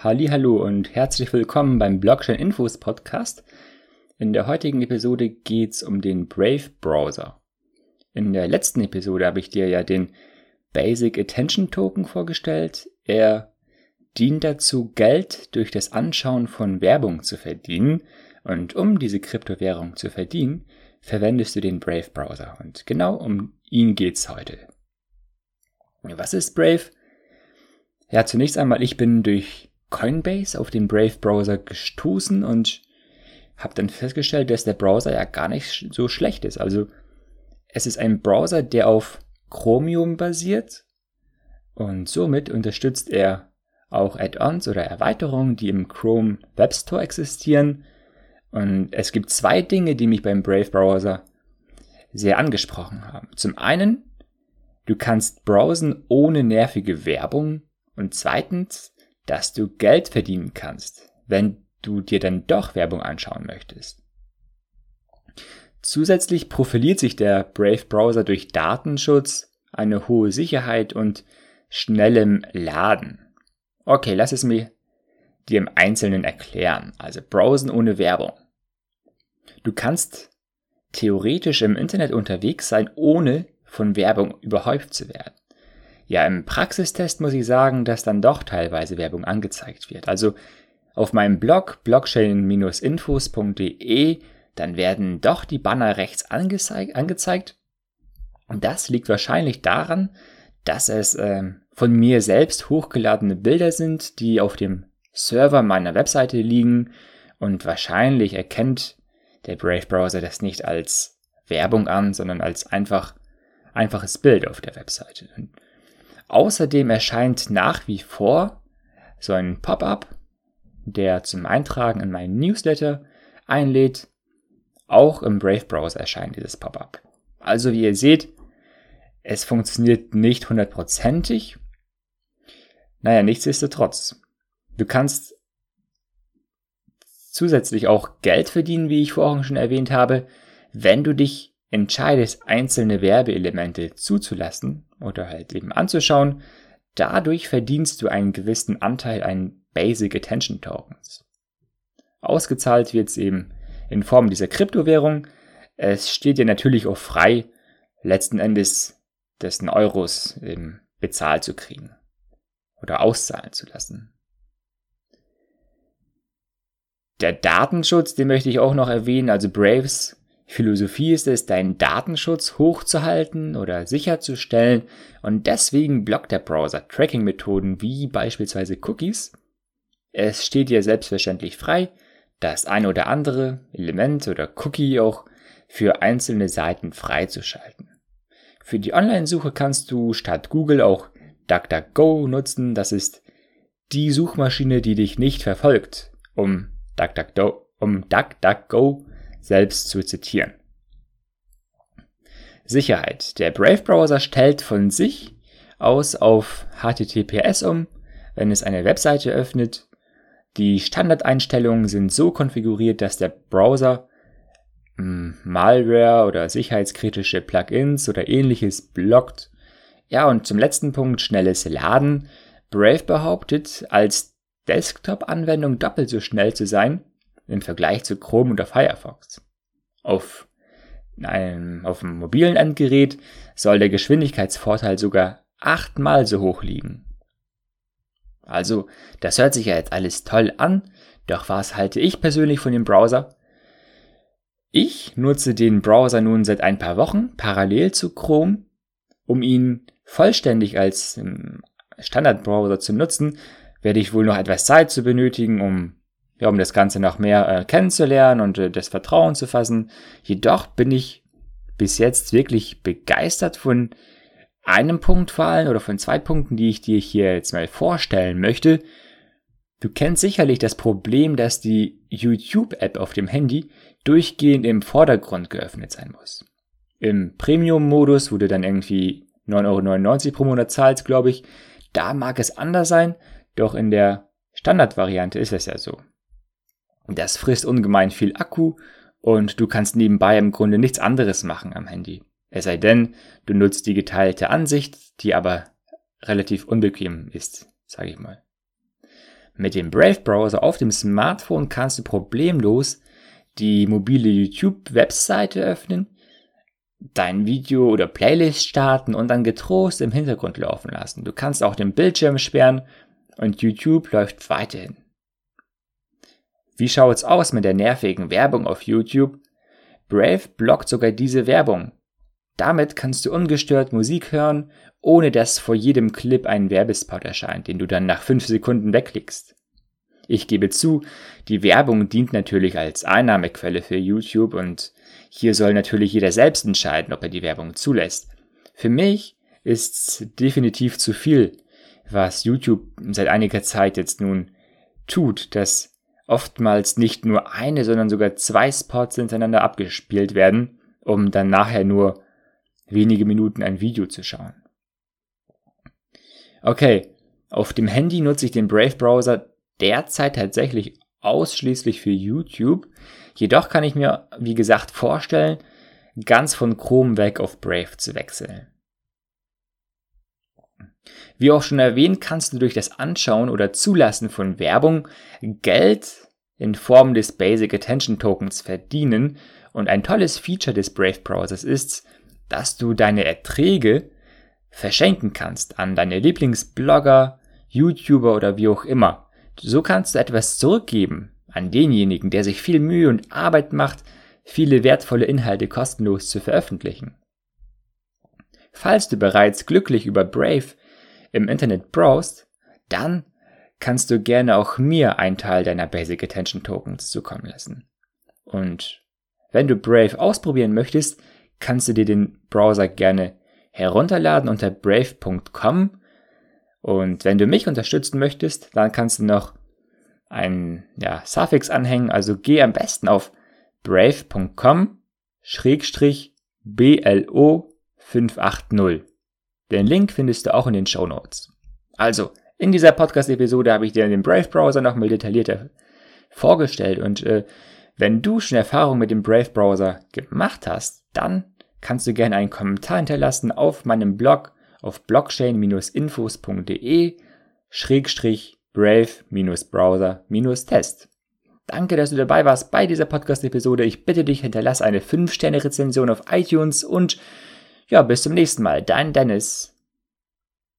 Hallihallo und herzlich willkommen beim Blockchain Infos Podcast. In der heutigen Episode geht's um den Brave Browser. In der letzten Episode habe ich dir ja den Basic Attention Token vorgestellt. Er dient dazu, Geld durch das Anschauen von Werbung zu verdienen. Und um diese Kryptowährung zu verdienen, verwendest du den Brave Browser. Und genau um ihn geht's heute. Was ist Brave? Ja, zunächst einmal, ich bin durch Coinbase auf den Brave Browser gestoßen und habe dann festgestellt, dass der Browser ja gar nicht so schlecht ist. Also es ist ein Browser, der auf Chromium basiert und somit unterstützt er auch Add-ons oder Erweiterungen, die im Chrome Web Store existieren. Und es gibt zwei Dinge, die mich beim Brave Browser sehr angesprochen haben. Zum einen, du kannst browsen ohne nervige Werbung. Und zweitens, dass du Geld verdienen kannst, wenn du dir dann doch Werbung anschauen möchtest. Zusätzlich profiliert sich der Brave Browser durch Datenschutz, eine hohe Sicherheit und schnellem Laden. Okay, lass es mir dir im Einzelnen erklären. Also browsen ohne Werbung. Du kannst theoretisch im Internet unterwegs sein, ohne von Werbung überhäuft zu werden. Ja, im Praxistest muss ich sagen, dass dann doch teilweise Werbung angezeigt wird. Also auf meinem Blog blockchain-infos.de, dann werden doch die Banner rechts angezeigt. Und das liegt wahrscheinlich daran, dass es von mir selbst hochgeladene Bilder sind, die auf dem Server meiner Webseite liegen. Und wahrscheinlich erkennt der Brave Browser das nicht als Werbung an, sondern als einfaches Bild auf der Webseite. Und außerdem erscheint nach wie vor so ein Pop-up, der zum Eintragen in meinen Newsletter einlädt. Auch im Brave Browser erscheint dieses Pop-up. Also wie ihr seht, es funktioniert nicht 100%. Naja, nichtsdestotrotz. Du kannst zusätzlich auch Geld verdienen, wie ich vorhin schon erwähnt habe, wenn du dich entscheidest, einzelne Werbeelemente zuzulassen oder halt eben anzuschauen. Dadurch verdienst du einen gewissen Anteil an Basic Attention Tokens. Ausgezahlt wird es eben in Form dieser Kryptowährung. Es steht dir natürlich auch frei, letzten Endes dessen Euros eben bezahlt zu kriegen oder auszahlen zu lassen. Der Datenschutz, den möchte ich auch noch erwähnen, also Braves Philosophie ist es, deinen Datenschutz hochzuhalten oder sicherzustellen und deswegen blockt der Browser Tracking-Methoden wie beispielsweise Cookies. Es steht dir selbstverständlich frei, das ein oder andere Element oder Cookie auch für einzelne Seiten freizuschalten. Für die Online-Suche kannst du statt Google auch DuckDuckGo nutzen. Das ist die Suchmaschine, die dich nicht verfolgt, um DuckDuckGo selbst zu zitieren. Sicherheit. Der Brave Browser stellt von sich aus auf HTTPS um, wenn es eine Webseite öffnet. Die Standardeinstellungen sind so konfiguriert, dass der Browser Malware oder sicherheitskritische Plugins oder ähnliches blockt. Ja, und zum letzten Punkt, schnelles Laden. Brave behauptet, als Desktop-Anwendung doppelt so schnell zu sein im Vergleich zu Chrome oder Firefox. Auf einem mobilen Endgerät soll der Geschwindigkeitsvorteil sogar 8-mal so hoch liegen. Also, das hört sich ja jetzt alles toll an, doch was halte ich persönlich von dem Browser? Ich nutze den Browser nun seit ein paar Wochen parallel zu Chrome. Um ihn vollständig als Standardbrowser zu nutzen, werde ich wohl noch etwas Zeit zu benötigen, um das Ganze noch mehr kennenzulernen und das Vertrauen zu fassen. Jedoch bin ich bis jetzt wirklich begeistert von einem Punkt vor allem oder von zwei Punkten, die ich dir hier jetzt mal vorstellen möchte. Du kennst sicherlich das Problem, dass die YouTube-App auf dem Handy durchgehend im Vordergrund geöffnet sein muss. Im Premium-Modus, wo du dann irgendwie 9,99 € pro Monat zahlst, glaube ich, da mag es anders sein, doch in der Standardvariante ist es ja so. Das frisst ungemein viel Akku und du kannst nebenbei im Grunde nichts anderes machen am Handy. Es sei denn, du nutzt die geteilte Ansicht, die aber relativ unbequem ist, sage ich mal. Mit dem Brave-Browser auf dem Smartphone kannst du problemlos die mobile YouTube-Webseite öffnen, dein Video oder Playlist starten und dann getrost im Hintergrund laufen lassen. Du kannst auch den Bildschirm sperren und YouTube läuft weiterhin. Wie schaut's aus mit der nervigen Werbung auf YouTube? Brave blockt sogar diese Werbung. Damit kannst du ungestört Musik hören, ohne dass vor jedem Clip ein Werbespot erscheint, den du dann nach 5 Sekunden wegklickst. Ich gebe zu, die Werbung dient natürlich als Einnahmequelle für YouTube und hier soll natürlich jeder selbst entscheiden, ob er die Werbung zulässt. Für mich ist's definitiv zu viel, was YouTube seit einiger Zeit jetzt nun tut, dass oftmals nicht nur eine, sondern sogar 2 Spots hintereinander abgespielt werden, um dann nachher nur wenige Minuten ein Video zu schauen. Okay, auf dem Handy nutze ich den Brave-Browser derzeit tatsächlich ausschließlich für YouTube. Jedoch kann ich mir, wie gesagt, vorstellen, ganz von Chrome weg auf Brave zu wechseln. Wie auch schon erwähnt, kannst du durch das Anschauen oder Zulassen von Werbung Geld in Form des Basic Attention Tokens verdienen. Und ein tolles Feature des Brave Browsers ist, dass du deine Erträge verschenken kannst an deine Lieblingsblogger, YouTuber oder wie auch immer. So kannst du etwas zurückgeben an denjenigen, der sich viel Mühe und Arbeit macht, viele wertvolle Inhalte kostenlos zu veröffentlichen. Falls du bereits glücklich über Brave im Internet browst, dann kannst du gerne auch mir einen Teil deiner Basic Attention Tokens zukommen lassen. Und wenn du Brave ausprobieren möchtest, kannst du dir den Browser gerne herunterladen unter brave.com. Und wenn du mich unterstützen möchtest, dann kannst du noch ein Suffix anhängen. Also geh am besten auf brave.com/BLO580. Den Link findest du auch in den Shownotes. Also, in dieser Podcast-Episode habe ich dir den Brave-Browser nochmal detaillierter vorgestellt. Und wenn du schon Erfahrung mit dem Brave-Browser gemacht hast, dann kannst du gerne einen Kommentar hinterlassen auf meinem Blog auf blockchain-infos.de/brave-browser-test. Danke, dass du dabei warst bei dieser Podcast-Episode. Ich bitte dich, hinterlasse eine 5-Sterne-Rezension auf iTunes und bis zum nächsten Mal. Dein Dennis.